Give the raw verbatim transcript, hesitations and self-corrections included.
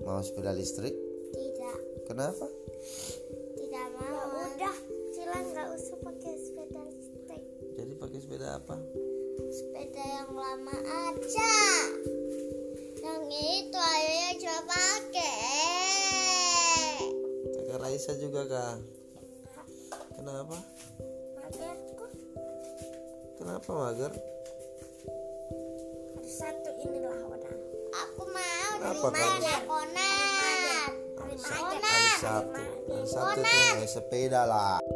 Mau sepeda listrik? Tidak. Kenapa? Tidak mau. Ya udah, Cila nggak usah pakai sepeda listrik. Jadi pakai sepeda apa? Sepeda yang lama aja. Yang itu ayo yang coba pakai. Kakak Raisa juga kah? Kenapa? Mager kok. Kenapa mager? Ada satu inilah orang. Aku mau dari Apa mana? kamu? Konan. Hari Sabtu. Hari Sabtu tuh naik sepeda lah.